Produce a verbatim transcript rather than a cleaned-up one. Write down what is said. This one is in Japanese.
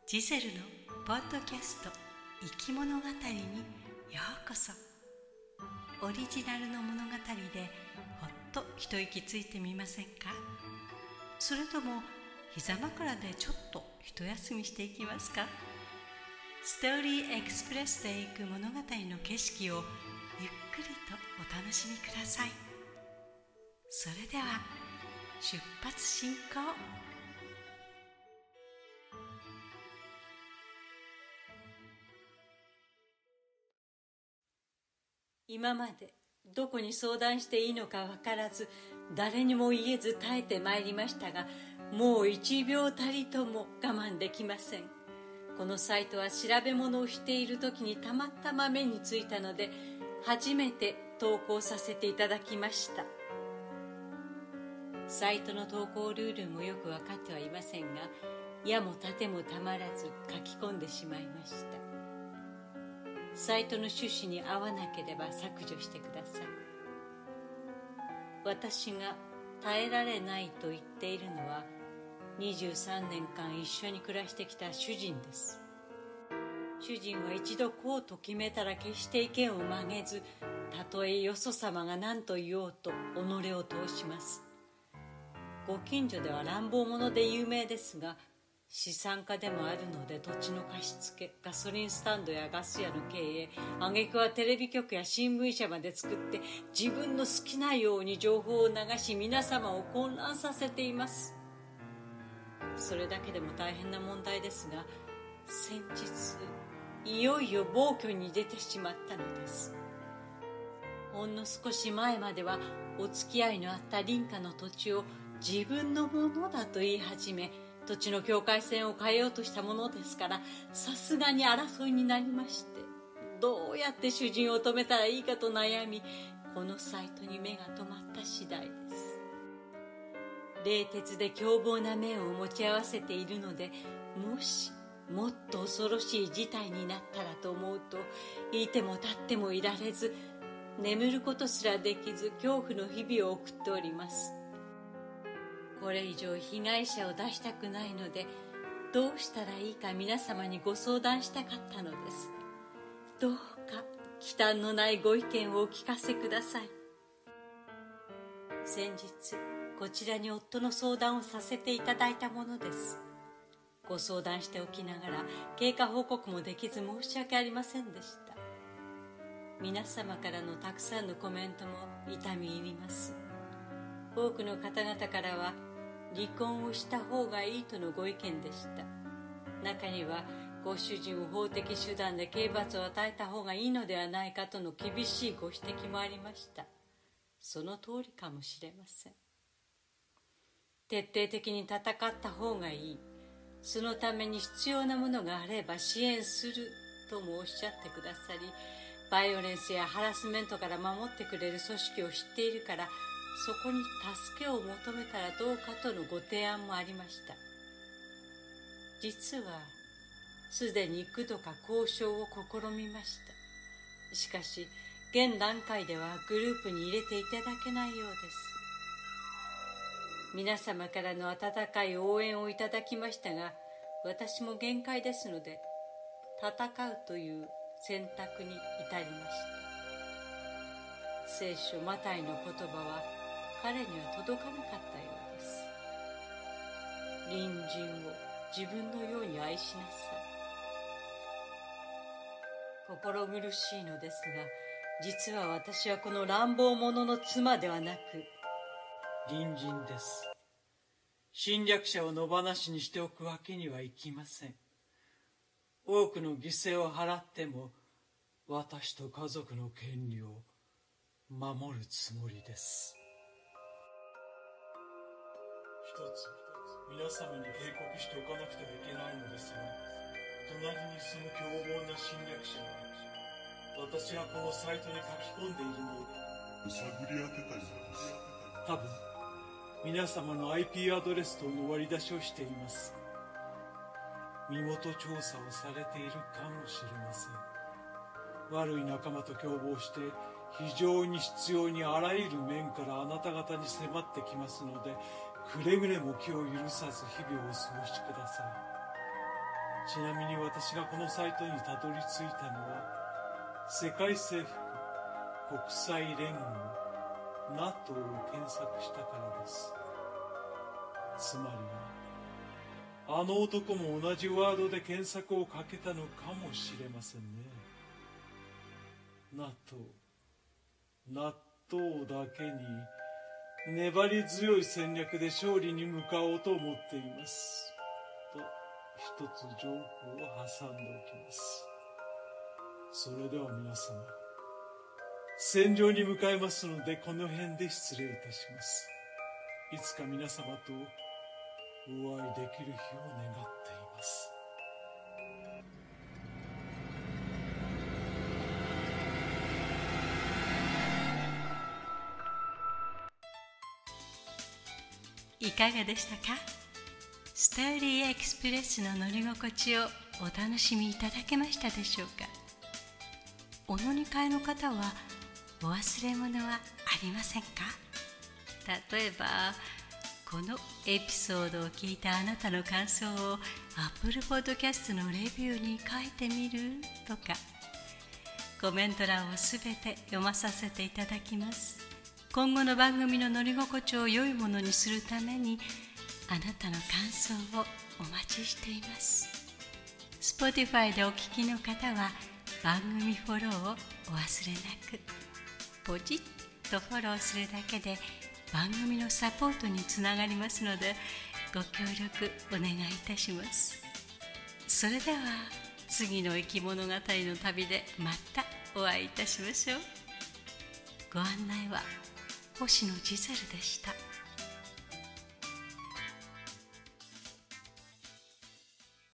ジゼルのポッドキャスト生き物語にようこそ。オリジナルの物語でほっと一息ついてみませんか？それとも膝枕でちょっと一休みしていきますか？ストーリーエクスプレスで行く物語の景色をゆっくりとお楽しみください。それでは出発進行。今までどこに相談していいのか分からず、誰にも言えず耐えてまいりましたが、もう一秒たりとも我慢できません。このサイトは調べ物をしている時にたまたま目についたので、初めて投稿させていただきました。サイトの投稿ルールもよく分かってはいませんが、矢も盾もたまらず書き込んでしまいました。サイトの趣旨に合わなければ削除してください。私が耐えられないと言っているのは、にじゅうさんねんかん一緒に暮らしてきた主人です。主人は一度こうと決めたら決して意見を曲げず、たとえよそ様が何と言おうと己を通します。ご近所では乱暴者で有名ですが、資産家でもあるので土地の貸付、ガソリンスタンドやガス屋の経営、挙句はテレビ局や新聞社まで作って自分の好きなように情報を流し、皆様を混乱させています。それだけでも大変な問題ですが、先日いよいよ暴挙に出てしまったのです。ほんの少し前まではお付き合いのあった林家の土地を自分のものだと言い始め、土地の境界線を変えようとしたものですから、さすがに争いになりまして、どうやって主人を止めたらいいかと悩み、このサイトに目が留まった次第です。冷徹で凶暴な面を持ち合わせているので、もしもっと恐ろしい事態になったらと思うと、いても立ってもいられず、眠ることすらできず恐怖の日々を送っております。これ以上被害者を出したくないので、どうしたらいいか皆様にご相談したかったのです。どうか忌憚のないご意見をお聞かせください。先日こちらに夫の相談をさせていただいたものです。ご相談しておきながら経過報告もできず申し訳ありませんでした。皆様からのたくさんのコメントも痛み入ります。多くの方々からは離婚をした方がいいとのご意見でした。中にはご主人を法的手段で刑罰を与えた方がいいのではないかとの厳しいご指摘もありました。その通りかもしれません。徹底的に戦った方がいい、そのために必要なものがあれば支援するともおっしゃってくださり、バイオレンスやハラスメントから守ってくれる組織を知っているから、そこに助けを求めたらどうかとのご提案もありました。実はすでに幾度か交渉を試みました。しかし現段階ではグループに入れていただけないようです。皆様からの温かい応援をいただきましたが、私も限界ですので戦うという選択に至りました。聖書マタイの言葉は彼には届かなかったようです。隣人を自分のように愛しなさい。心苦しいのですが、実は私はこの乱暴者の妻ではなく隣人です。侵略者を野放しにしておくわけにはいきません。多くの犠牲を払っても私と家族の権利を守るつもりです。一つ皆様に警告しておかなくてはいけないのですが、隣に住む凶暴な侵略者が私がこのサイトに書き込んでいるのを探り当てたようです。多分皆様の アイピー アドレスとの割り出しをしています。身元調査をされているかもしれません。悪い仲間と共謀して非常に必要にあらゆる面からあなた方に迫ってきますので、くれぐれも気を許さず日々をお過ごしください。 ちなみに私がこのサイトにたどり着いたのは、世界征服国際連合 ナトー を検索したからです。つまりは、あの男も同じワードで検索をかけたのかもしれませんね。ナトー、納豆だけに粘り強い戦略で勝利に向かおうと思っています。と、一つジョークを挟んでおきます。それでは皆様、戦場に向かいますので、この辺で失礼いたします。いつか皆様とお会いできる日を願っています。 いかがでしたか？ストーリーエクスプレスの乗り心地をお楽しみいただけましたでしょうか？お乗り換えの方はお忘れ物はありませんか？例えばこのエピソードを聞いたあなたの感想を Apple Podcast のレビューに書いてみるとか、コメント欄をすべて読まさせていただきます。今後の番組の乗り心地を良いものにするために、あなたの感想をお待ちしています。 Spotify でお聞きの方は番組フォローをお忘れなく。ポチッとフォローするだけで番組のサポートにつながりますので、ご協力お願いいたします。それでは次の生き物語の旅でまたお会いいたしましょう。ご案内は星野ジゼルでした。